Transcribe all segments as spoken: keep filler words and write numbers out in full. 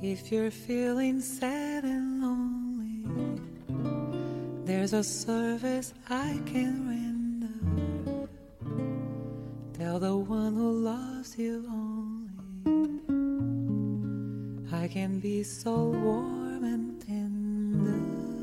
If you're feeling sad and lonely, there's a service I can render. Tell the one who loves you only, I can be so warm and tender.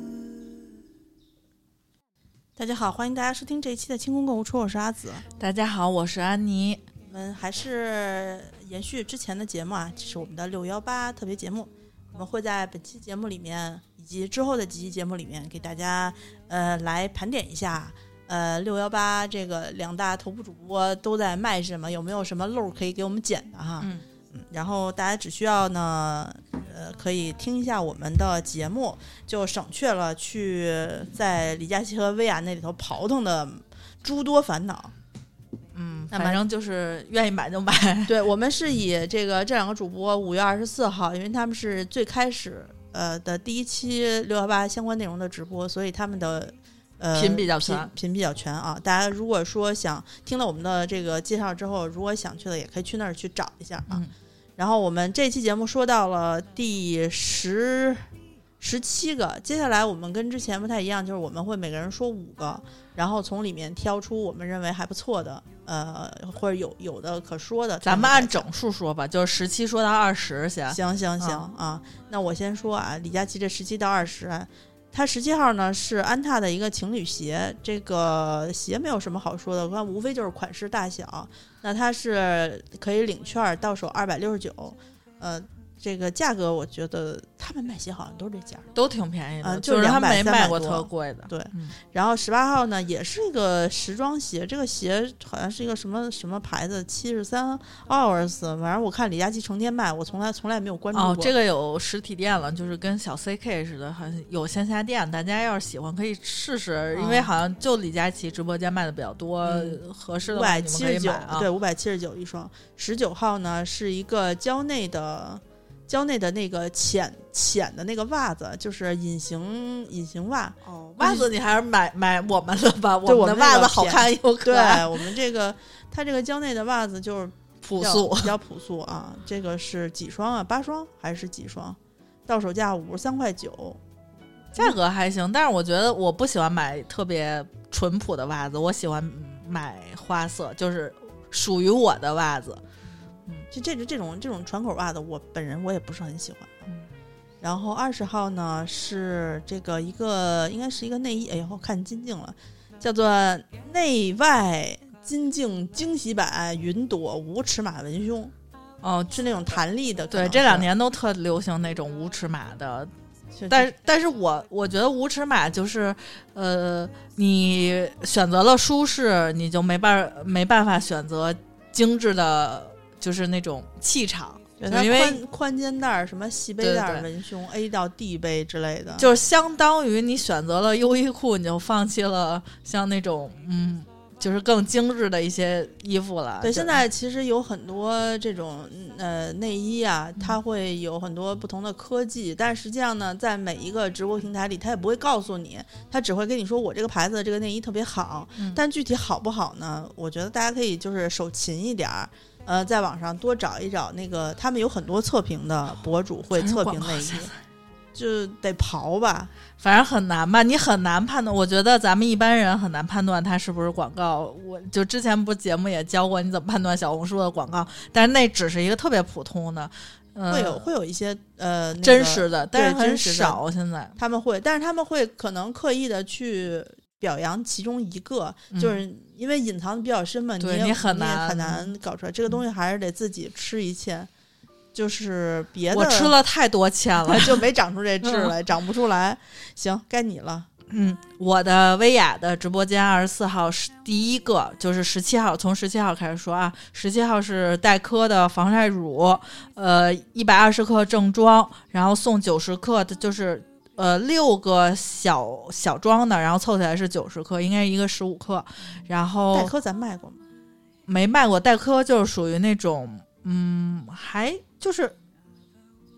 大家好，欢迎大家收听这一期的清空购物车，我是阿紫。 大家好，我是安妮。 我们还是延续之前的节目啊，这是我们的六一八特别节目。我们会在本期节目里面以及之后的几期节目里面给大家呃来盘点一下呃六一八这个两大头部主播都在卖什么，有没有什么漏可以给我们剪的哈。嗯嗯，然后大家只需要呢呃可以听一下我们的节目，就省却了去在李佳琦和薇娅那里头刨腾的诸多烦恼。 嗯，反正就是愿意买就买。 对，我们是以这个这两个主播五月二十四号，因为他们是最开始呃的第一期六一八相关内容的直播，所以他们的呃频比较全， 频, 频比较全啊。大家如果说想听了我们的这个介绍之后，如果想去的也可以去那儿去找一下啊。嗯、然后我们这期节目说到了第十十七个，接下来我们跟之前不太一样，就是我们会每个人说五个，然后从里面挑出我们认为还不错的。呃，或者有有的可说的， 咱们按整数说吧，就是十七说到二十行。 行行行、嗯、啊，那我先说啊，李佳琦这十七到二十，它十七号呢是安踏的一个情侣鞋，这个鞋没有什么好说的，我看无非就是款式大小，那它是可以领券，到手二百六十九，呃。这个价格我觉得他们卖鞋好像都是这价， 都挺便宜的、 嗯、 就是他没卖过特贵的。 对、嗯，然后十八号呢也是一个时装鞋，这个鞋好像是一个什么什么牌子，七十三 hours， 反正我看李佳琦成天卖，我从来从来没有关注过。 哦，这个有实体店了，就是跟小 C K 似的，好像有线下店，大家要是喜欢可以试试， 嗯、 因为好像就李佳琦直播间卖的比较多，嗯、合适的话你们可以买啊。 对，五百七十九一双。十九号呢是一个蕉内的。蕉内的那个浅浅的那个袜子，就是隐形隐形袜。 哦，袜子你还是买买我们的吧，我们的袜子好看又可爱。 对，我们这个它这个蕉内的袜子就是朴素， 比较朴素啊。这个是几双啊？八双还是几双？到手价五十三块九， 价格还行。但是我觉得我不喜欢买特别淳朴的袜子，我喜欢买花色，就是属于我的袜子。 就这这种这种船口袜子，我本人我也不是很喜欢。 嗯， 然后二十号呢是这个一个应该是一个内衣，哎呦，看金镜了，叫做内外金镜惊喜版云朵无尺码文胸。 哦， 是那种弹力的。 对，这两年都特流行那种无尺码的。但是，但是我我觉得无尺码就是，呃，你选择了舒适，你就没办没办法选择精致的。就是那种气场， 因为宽宽肩带什么细背带文胸 A 到 D 背之类的， 就是相当于你选择了优衣库，你就放弃了像那种嗯，就是更精致的一些衣服了。 对，现在其实有很多这种呃内衣啊，它会有很多不同的科技，但实际上呢，在每一个直播平台里，它也不会告诉你，它只会跟你说我这个牌子的这个内衣特别好， 嗯、 但具体好不好呢？我觉得大家可以就是手勤一点儿。呃，在网上多找一找那个，他们有很多测评的博主会测评内衣，就得刨吧， 反正很难吧，你很难判断。我觉得咱们一般人很难判断它是不是广告。我就之前不是节目也教过你怎么判断小红书的广告，但是那只是一个特别普通的，呃、 会有会有一些呃、那个、 真实的，但是很少。现在他们会，但是他们会可能刻意的去表扬其中一个，嗯、就是因为隐藏的比较深嘛， 对你, 你很难你也很难搞出来。这个东西还是得自己吃一堑，就是别的我吃了太多堑了， 就没长出这痣来，长不出来。行，该你了。 嗯，我的薇娅的直播间二十四号是第一个，就是十七号，从十七号开始说啊，十七号是黛珂的防晒乳，呃，一百二十克正装，然后送九十克的，就是呃六个小小装的，然后凑起来是九十克，应该是一个十五克。然后黛珂咱卖过吗？ 没卖过，黛珂就是属于那种，嗯，还就是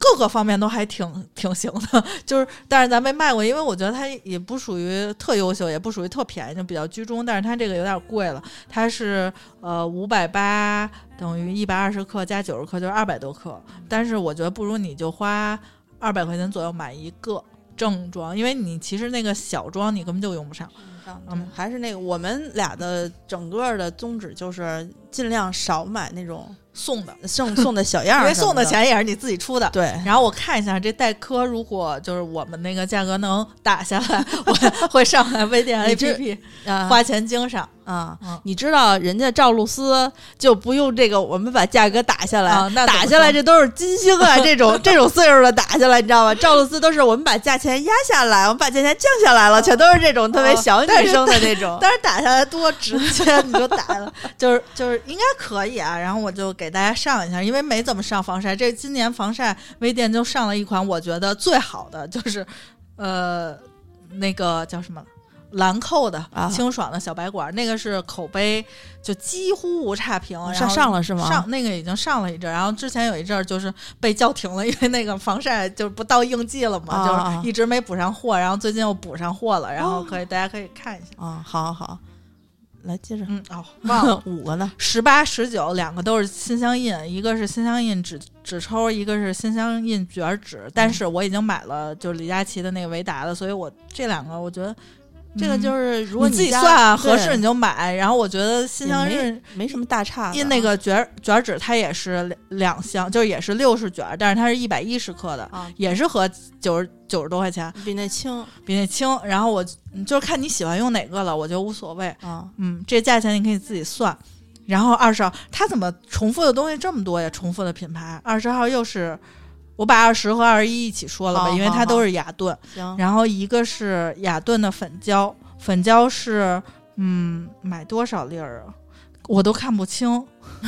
各个方面都还挺挺行的，就是但是咱没卖过，因为我觉得它也不属于特优秀，也不属于特便宜，就比较居中。但是它这个有点贵了，它是呃五百八等于一百二十克加九十克，就是二百多克。但是我觉得不如你就花二百块钱左右买一个正装，因为你其实那个小装你根本就用不上。 嗯，还是那个我们俩的整个的宗旨就是尽量少买那种送的送送的小样， 因为送的钱也是你自己出的。 对， 然后我看一下这代科，如果就是我们那个价格能打下来，我会上来微店 A P P 花钱精上啊、嗯。你知道人家赵露思就不用这个，我们把价格打下来， 啊、那打下来这都是金星啊，这种这种岁数的打下来，你知道吗？赵露思都是我们把价钱压下来，我们把价钱降下来了，全都是这种特别小女生的那种。 但是打下来多直接，你就打了，就是就是应该可以啊。然后我就给大家上一下，因为没怎么上防晒，这今年防晒微店就上了一款，我觉得最好的就是呃那个叫什么兰蔻的清爽的小白管、啊、那个是口碑就几乎无差评， 上上了是吗？ 上那个已经上了一阵，然后之前有一阵就是被叫停了，因为那个防晒就不到应季了嘛、啊，就是一直没补上货，然后最近又补上货了，然后可以、哦、大家可以看一下啊，好好好，来接着， 嗯哦，忘了五个呢， 十八、十九两个都是心相印，一个是心相印纸纸抽，一个是心相印卷纸，但是我已经买了就是李佳琦的那个维达的，所以我这两个我觉得。 这个就是如果你, 你自己算啊，合适你就买。然后我觉得心相印没, 没什么大差的， 因那个卷卷纸它也是两箱，就是也是六十卷，但是它是一百一十克的、啊，也是合九十九十多块钱， 比那轻， 比那轻。然后我就是看你喜欢用哪个了，我就无所谓啊。 嗯，这价钱你可以自己算。然后二十号，它怎么重复的东西这么多呀？重复的品牌，二十号又是。我把二十和二十一一起说了吧，因为它都是雅顿。 行， 然后一个是雅顿的粉胶，粉胶是嗯买多少粒儿啊？我都看不清，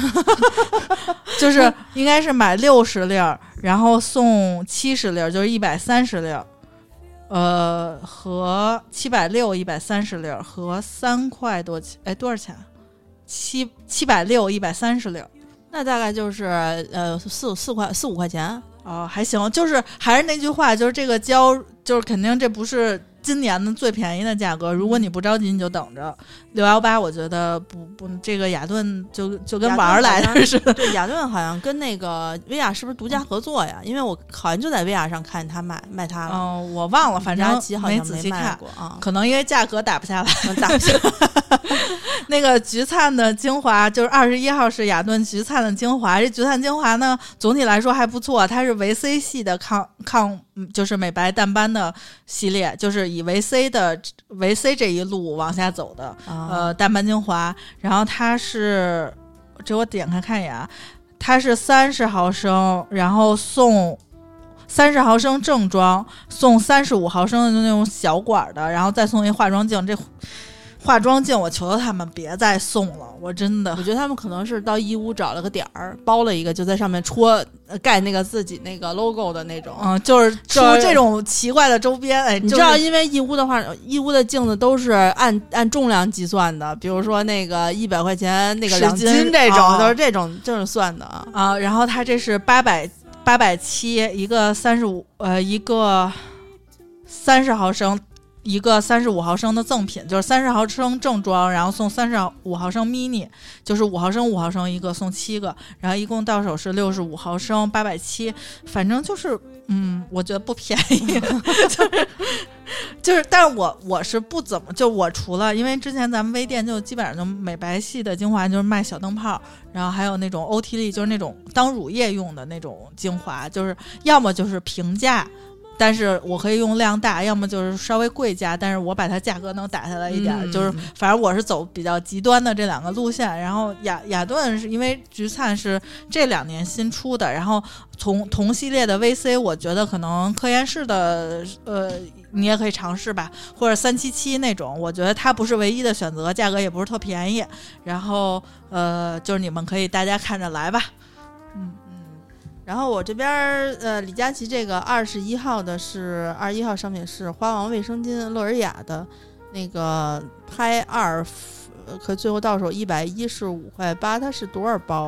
就是应该是买六十粒儿，然后送七十粒儿，就是一百三十粒儿，呃，和七百六一百三十粒儿，和三块多钱，哎，多少钱？七七百六一百三十粒儿， 那大概就是呃四四块四五块钱。 哦，还行，就是还是那句话，就是这个胶，就是肯定这不是今年的最便宜的价格。如果你不着急，你就等着六幺八。我觉得不不，这个雅顿就就跟玩儿来的似的。 对，雅顿好像跟那个薇娅是不是独家合作呀？因为我好像就在薇娅上看他卖卖它了。 哦，我忘了，反正没仔细看过啊。 可能因为价格打不下来， 打不下来。 那个橘灿的精华就是二十一号是雅顿橘灿的精华，这橘灿精华呢总体来说还不错，它是维 C 系的抗抗就是美白淡斑的系列，就是以维 C 的维 C 这一路往下走的、啊、呃淡斑精华。然后它是这我点开看一眼啊，它是三十毫升，然后送三十毫升正装，送三十五毫升的那种小管的，然后再送一化妆镜。这化妆镜我求求他们别再送了，我真的我觉得他们可能是到义乌找了个点儿包了一个，就在上面戳盖那个自己那个 logo 的那种。 嗯，就是出这种奇怪的周边。哎， 你知道因为义乌的话，义乌的镜子都是按按重量计算的，比如说那个一百块钱那个两斤这种、哦、都是这种这种算的啊。 啊，然后它这是八百八百七一个三十五呃一个三十毫升。一个三十五毫升的赠品，就是三十毫升正装，然后送三十五毫升 mini， 就是五毫升五毫升一个送七个，然后一共到手是六十五毫升八百七，反正就是嗯，我觉得不便宜，就是就是，但是我我是不怎么就我除了因为之前咱们微店就基本上就美白系的精华就是卖小灯泡，然后还有那种欧缇丽就是那种当乳液用的那种精华，就是要么就是平价。但是我可以用量大，要么就是稍微贵价，但是我把它价格能打下来一点、嗯、就是反正我是走比较极端的这两个路线。然后雅雅顿是因为橘灿是这两年新出的，然后从同系列的 V C 我觉得可能科颜氏的呃你也可以尝试吧，或者三七七那种，我觉得它不是唯一的选择，价格也不是特便宜，然后呃就是你们可以大家看着来吧。嗯然后我这边呃，李佳琦这个二十一号的是二十一号商品是花王卫生巾乐尔雅的那个拍二，可最后到手一百一十五块八，它是多少包啊？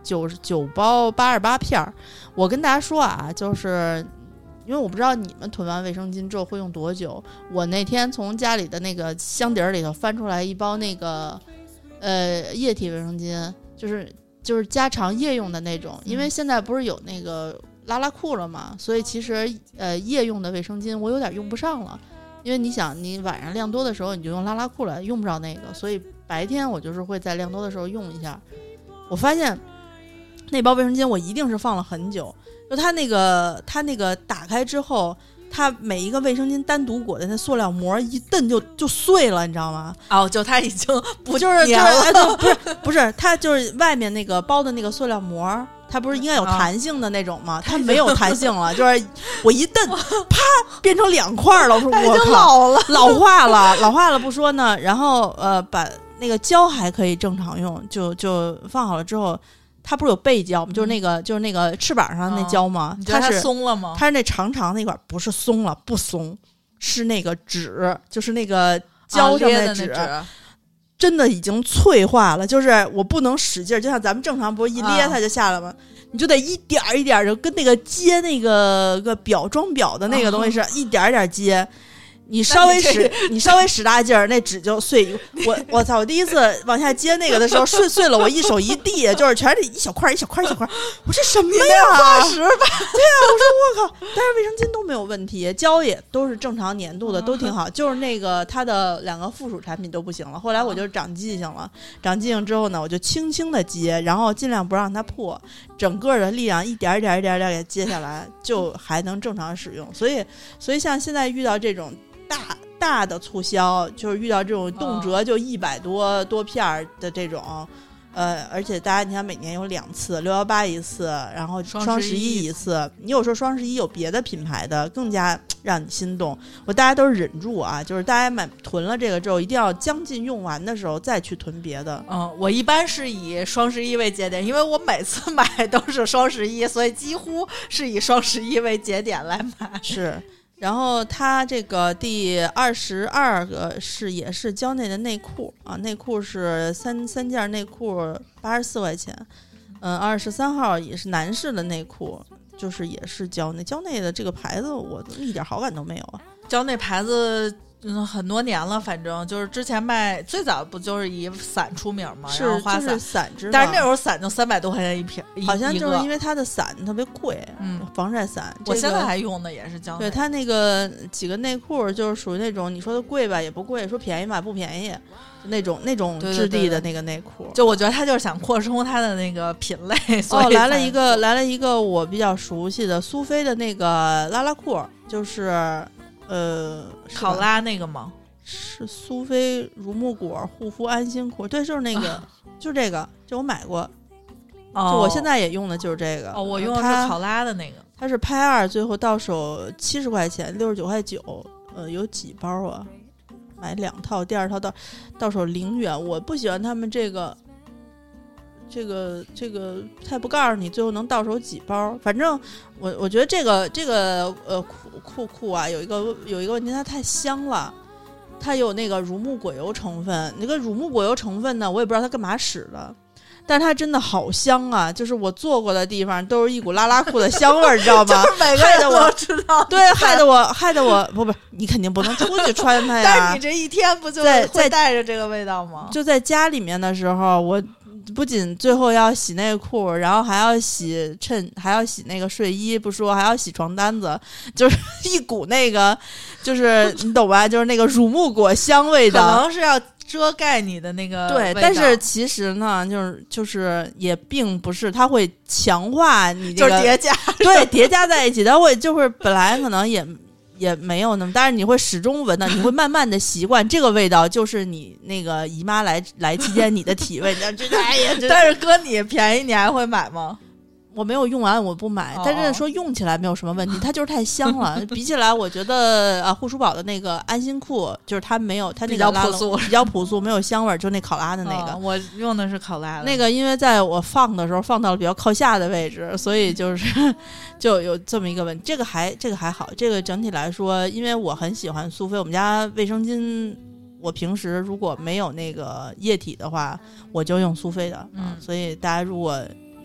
九九包八十八片儿。我跟大家说啊，就是因为我不知道你们囤完卫生巾之后会用多久。我那天从家里的那个箱底儿里头翻出来一包那个呃液体卫生巾，就是就是家常夜用的那种。因为现在不是有那个拉拉裤了嘛，所以其实呃夜用的卫生巾我有点用不上了。因为你想，你晚上量多的时候你就用拉拉裤了，用不着那个，所以白天我就是会在量多的时候用一下。我发现那包卫生巾我一定是放了很久，就它那个它那个打开之后，它每一个卫生巾单独裹的那塑料膜一蹬就就碎了，你知道吗？ 哦，就它已经不就是粘了， 就是、就不是不是，它就是外面那个包的那个塑料膜。它不是应该有弹性的那种吗？啊、它没有弹性了，就是我一蹬，啪，变成两块了。我说我靠， 老了， 老化了，老化了不说呢。然后呃，把那个胶还可以正常用，就就放好了之后，它不是有背胶吗？就是那个、嗯、就是那个翅膀上那胶吗？ 嗯、它是松了吗？ 它是那长长那块，不是松了，不松，是那个纸，就是那个胶上的纸。 啊真的已经脆化了，就是我不能使劲，就像咱们正常不是一咧它就下来吗？啊、你就得一点一点，就跟那个接那个个表装表的那个东西是、啊、一点一点接。你稍微使你, 你稍微使大劲儿，那纸就碎。我我操！我第一次往下接那个的时候，碎碎了，我一手一地，就是全是一小块一小块一小块。我说什么呀？ 化石吧？ 对啊，我说我靠！但是卫生巾都没有问题，胶也都是正常粘度的，都挺好。就是那个它的两个附属产品都不行了。后来我就长记性了，长记性之后呢，我就轻轻的接，然后尽量不让它破，整个的力量一点一点一点一点给接下来，就还能正常使用。所以，所以像现在遇到这种。大大的促销，就是遇到这种动辄就一百多、oh. 多片的这种，呃，而且大家你看每年有两次，六幺八一次，然后双十一一次。你有时候双十一有别的品牌的，更加让你心动。我大家都是忍住啊，就是大家买囤了这个之后，一定要将近用完的时候再去囤别的。 嗯，我一般是以双十一为节点，因为我每次买都是双十一，所以几乎是以双十一为节点来买。 是。然后它这个第二十二个是也是蕉内的内裤啊，内裤是三三件内裤八十四块钱，嗯，二十三号也是男士的内裤，就是也是蕉内，蕉内的这个牌子我一点好感都没有啊， 蕉内牌子。嗯，很多年了，反正就是之前卖最早不就是以伞出名吗？ 是， 然后花伞，伞知道， 但是那时候伞就三百多块钱一瓶， 好像就是因为它的伞特别贵， 嗯， 防晒伞。 我现在还用的也是蕉内。 对，它那个几个内裤就是属于那种你说的贵吧也不贵，说便宜吧不便宜，那种那种质地的那个内裤。 对对对对，就我觉得他就是想扩充它的那个品类。所以哦，来了一个来了一个我比较熟悉的苏菲的那个拉拉裤，就是呃考拉那个吗？ 是苏菲乳木果护肤安心裤，对，就是那个，啊、就是这个，就我买过， 哦、 就我现在也用的就是这个。 哦，我用的是考拉的那个， 它是拍二，最后到手七十块钱，六十九块九，呃，有几包啊？买两套，第二套到到手零元。我不喜欢他们这个，这个这个太不告诉你最后能到手几包。反正我我觉得这个这个呃裤裤裤啊，有一个有一个问题，它太香了。它有那个乳木果油成分，那个乳木果油成分呢，我也不知道它干嘛使的，但是它真的好香啊！就是我坐过的地方都是一股拉拉裤的香味儿，你知道吗？ 就是每个人都知道， 对，害得我，害得我，不不，你肯定不能出去穿它呀。 但是你这一天不就会带着这个味道吗？ 就在家里面的时候，我不仅最后要洗内裤，然后还要洗衬，还要洗那个睡衣，不说还要洗床单子，就是一股那个，就是你懂吧？就是那个乳木果香味的， 可能是要遮盖你的那个对，但是其实呢，就是就是也并不是，它会强化你这个， 就是叠加， 对，叠加在一起，它会就是本来可能也。也没有那么，但是你会始终闻到，你会慢慢的习惯这个味道，就是你那个姨妈来来期间你的体味。哎呀， 但是哥你便宜，你还会买吗？ 我没有用完，我不买。哦、但是说用起来没有什么问题，它就是太香了。比起来，我觉得啊，护舒宝的那个安心裤，就是它没有它那个比较朴素， 比较朴素，没有香味儿，就那考拉的那个。 哦、我用的是考拉的那个，因为在我放的时候放到了比较靠下的位置，所以就是就有这么一个问题。这个还这个还好，这个整体来说，因为我很喜欢苏菲，我们家卫生巾。我平时如果没有那个液体的话，我就用苏菲的， 嗯， 所以大家如果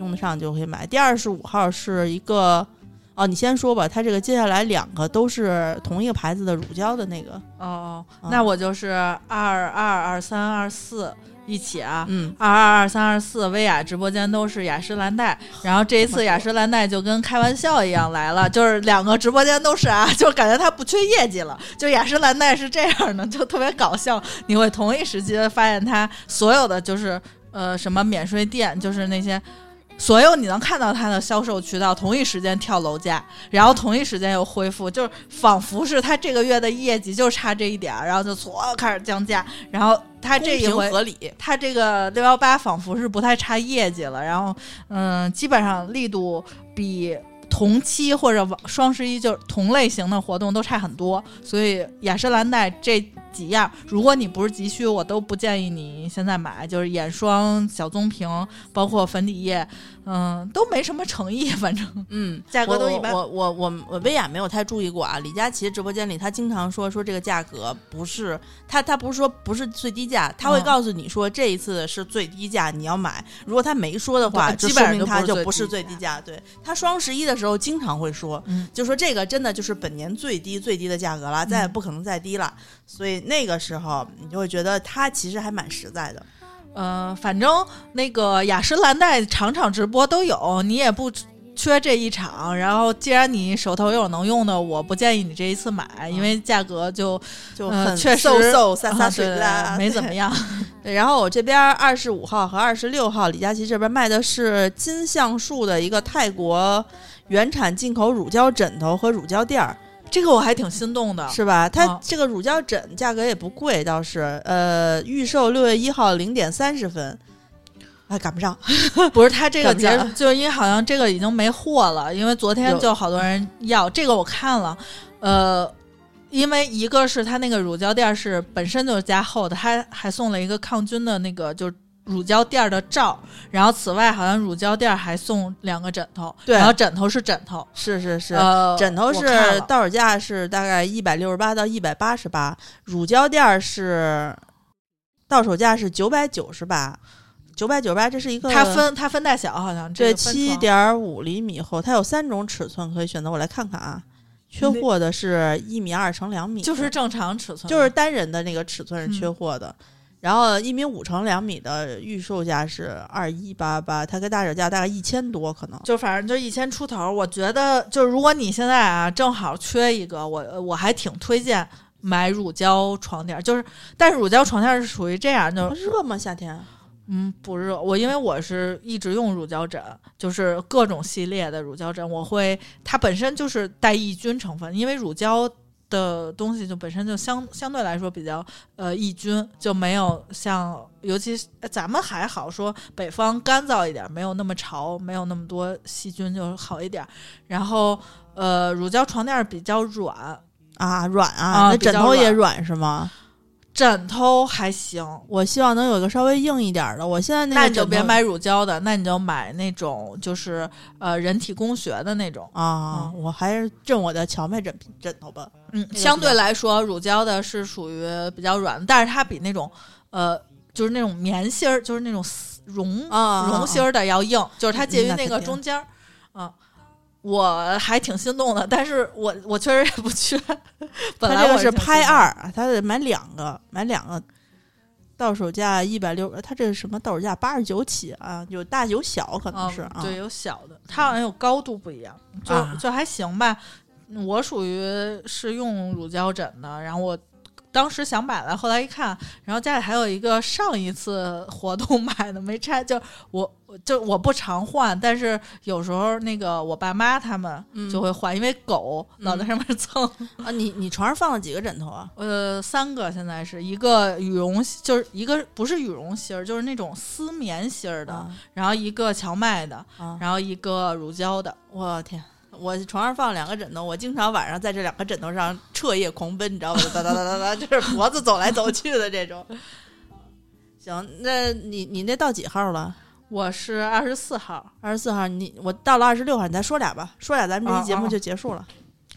用得上就可以买。第二十五号是一个，哦，你先说吧，它这个接下来两个都是同一个牌子的乳胶的那个。 哦， 嗯、 那我就是二二二三二四一起啊， 嗯， 二二二三二四，薇娅直播间都是雅诗兰黛，然后这一次雅诗兰黛就跟开玩笑一样来了，就是两个直播间都是啊，就感觉它不缺业绩了。就雅诗兰黛是这样的，就特别搞笑，你会同一时期发现它所有的就是呃什么免税店，就是那些。所有你能看到它的销售渠道同一时间跳楼价，然后同一时间又恢复，就是仿佛是它这个月的业绩就差这一点，然后就所有开始降价，然后它这一回合理， 它这个六幺八仿佛是不太差业绩了，然后嗯，基本上力度比同期或者双十一就同类型的活动都差很多，所以雅诗兰黛这几样，如果你不是急需，我都不建议你现在买，就是眼霜、小棕瓶，包括粉底液，嗯，都没什么诚意，反正嗯， 价格都一般。 我我我我我薇娅没有太注意过啊。李佳琦直播间里，他经常说说这个价格不是他他不是说不是最低价，他会告诉你说这一次是最低价，你要买。如果他没说的话， 基本上就说明他就不是最低价。对，他双十一的时候经常会说， 嗯， 就说这个真的就是本年最低最低的价格了，再也不可能再低了。嗯，所以那个时候你就会觉得他其实还蛮实在的。 呃，反正那个雅诗兰黛场场直播都有，你也不缺这一场。然后既然你手头有能用的，我不建议你这一次买，嗯，因为价格就就很， 呃、确实嗖嗖洒洒水啦， 啊，没怎么样。 对，然后我这边二十五号和二十六号，李佳琦这边卖的是金橡树的一个泰国原产进口乳胶枕头和乳胶垫儿。 这个我还挺心动的， 是吧？它哦， 这个乳胶枕价格也不贵，倒是呃，预售六月一号零点三十分，还赶不上。 不是它这个结束， 束， 就是因为好像这个已经没货了，因为昨天就好多人要这个，我看了，呃，因为一个是它那个乳胶垫是本身就是加厚的，它还送了一个抗菌的那个就是乳胶垫的罩，然后此外好像乳胶垫还送两个枕头， 对， 然后枕头是枕头， 是是是， 呃、 枕头是到手价是大概一百六十八到一百八十八，乳胶垫是到手价是九百九十八。九百九十八，这是一个它分它分大小，好像对七点五厘米厚，它有三种尺寸可以选择。我来看看啊，缺货的是一米二乘两米， 就是正常尺寸， 就是单人的那个尺寸是缺货的。嗯，然后一米五乘两米的预售价是二一八八，它跟大手价大概一千多，可能就反正就一千出头。我觉得就如果你现在啊正好缺一个，我我还挺推荐买乳胶床垫，就是但是乳胶床垫是属于这样，就热吗？夏天？ 嗯，不热。我因为我是一直用乳胶枕，就是各种系列的乳胶枕，我会它本身就是带抑菌成分，因为乳胶的东西就本身就相相对来说比较呃抑菌，就没有像尤其咱们还好说北方干燥一点，没有那么潮，没有那么多细菌就好一点。然后呃乳胶床垫比较软啊，软啊， 啊那枕头也软是吗？ 枕头还行， 我希望能有一个稍微硬一点的。我现在那个那你就别买乳胶的，那你就买那种就是呃人体工学的那种啊、嗯。我还是挣我的荞麦枕枕头吧。 嗯，相对来说乳胶的是属于比较软，但是它比那种呃就是那种棉芯儿，就是那种绒、啊、绒芯儿的要硬，就是它介于那个中间儿。嗯。我还挺心动的，但是我我确实也不缺。本来它这个是拍二，它得买两个，买两个，到手价一百六，它这是什么？到手价八十九起啊，有大有小，可能是、 哦、 啊。 对，有小的，它好像有高度不一样，就、啊、就还行吧。我属于是用乳胶枕的，然后我当时想买了，后来一看，然后家里还有一个上一次活动买的没拆，就我就我不常换，但是有时候那个我爸妈他们就会换，嗯、因为狗老在上面蹭、 嗯、啊。你你床上放了几个枕头啊？ 呃，三个，现在是一个羽绒，就是一个不是羽绒芯儿，就是那种丝棉芯儿的、啊，然后一个荞麦的、啊，然后一个乳胶的。 我天！我床上放两个枕头，我经常晚上在这两个枕头上彻夜狂奔，你知道吗？哒哒哒哒哒，就是脖子走来走去的这种。行，那你你那到几号了？ 我是二十四号， 二十四号。你我到了二十六号，你再说俩吧，说俩咱们这期节目就结束了。 哦哦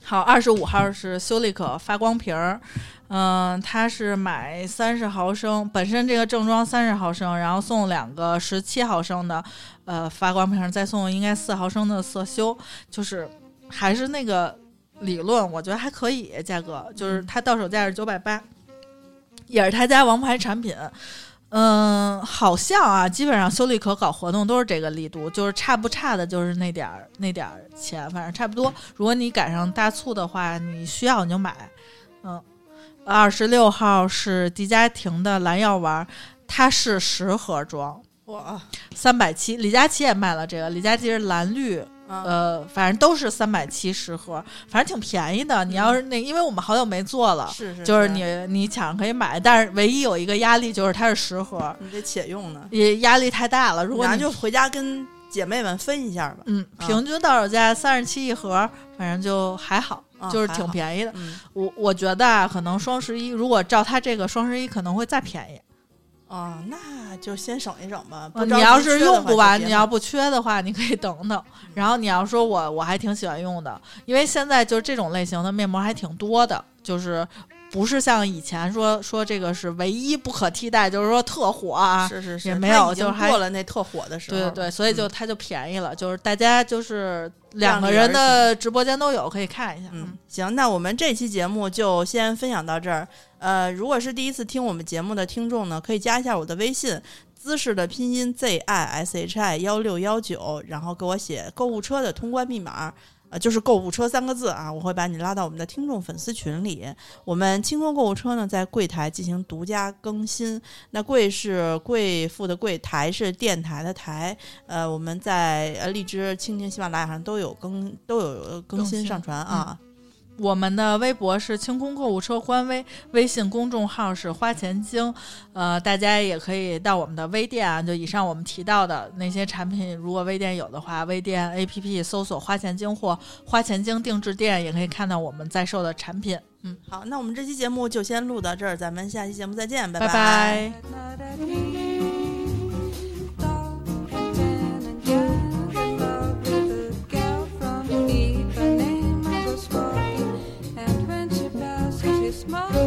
好，二十五号是修丽可发光瓶儿，嗯，它是买三十毫升，本身这个正装三十毫升，然后送两个十七毫升的呃发光瓶，再送应该四毫升的色修，就是还是那个理论，我觉得还可以，价格就是它到手价是九百八，也是他家王牌产品。嗯，好像啊，基本上修丽可搞活动都是这个力度，就是差不差的，就是那点儿那点儿钱，反正差不多。如果你赶上大促的话，你需要你就买。嗯，二十六号是迪佳婷的蓝药丸，它是十盒装， 哇， 三百七。李佳琦也卖了这个，李佳琦是蓝绿。呃，反正都是三百七十盒，反正挺便宜的。你要是那，因为我们好久没做了， 是是， 就是你你抢上可以买，但是唯一有一个压力就是它是十盒， 你得且用呢， 也压力太大了。如果你就回家跟姐妹们分一下吧。 嗯，平均到手价三十七一盒，反正就还好， 啊、 就是挺便宜的。 嗯、 我我觉得啊，可能双十一如果照它这个双十一可能会再便宜。 哦，那就先省一省吧。 你要是用不完，你要不缺的话，你可以等等。然后你要说我我还挺喜欢用的，因为现在就这种类型的面膜还挺多的，就是不是像以前说说这个是唯一不可替代，就是说特火啊， 是是是， 也没有，就还过了那特火的时候。 对对对，所以就它就便宜了，嗯、就是大家就是两个人的直播间都有，可以看一下。 嗯，行，那我们这期节目就先分享到这儿。呃，如果是第一次听我们节目的听众呢，可以加一下我的微信，姿势的拼音 Z I S H I 一六一九，然后给我写购物车的通关密码，呃，就是购物车三个字啊，我会把你拉到我们的听众粉丝群里。我们清空购物车呢，在柜台进行独家更新。那柜是贵妇的柜，台是电台的台。呃，我们在呃荔枝、蜻蜓、喜马拉雅上都有更都有更新上传啊。 嗯，我们的微博是清空购物车官微，微信公众号是花钱精，呃，大家也可以到我们的微店啊，就以上我们提到的那些产品，如果微店有的话，微店 A P P 搜索花钱精或花钱精定制店，也可以看到我们在售的产品。嗯， 好，那我们这期节目就先录到这儿，咱们下期节目再见，拜拜拜。 Smile.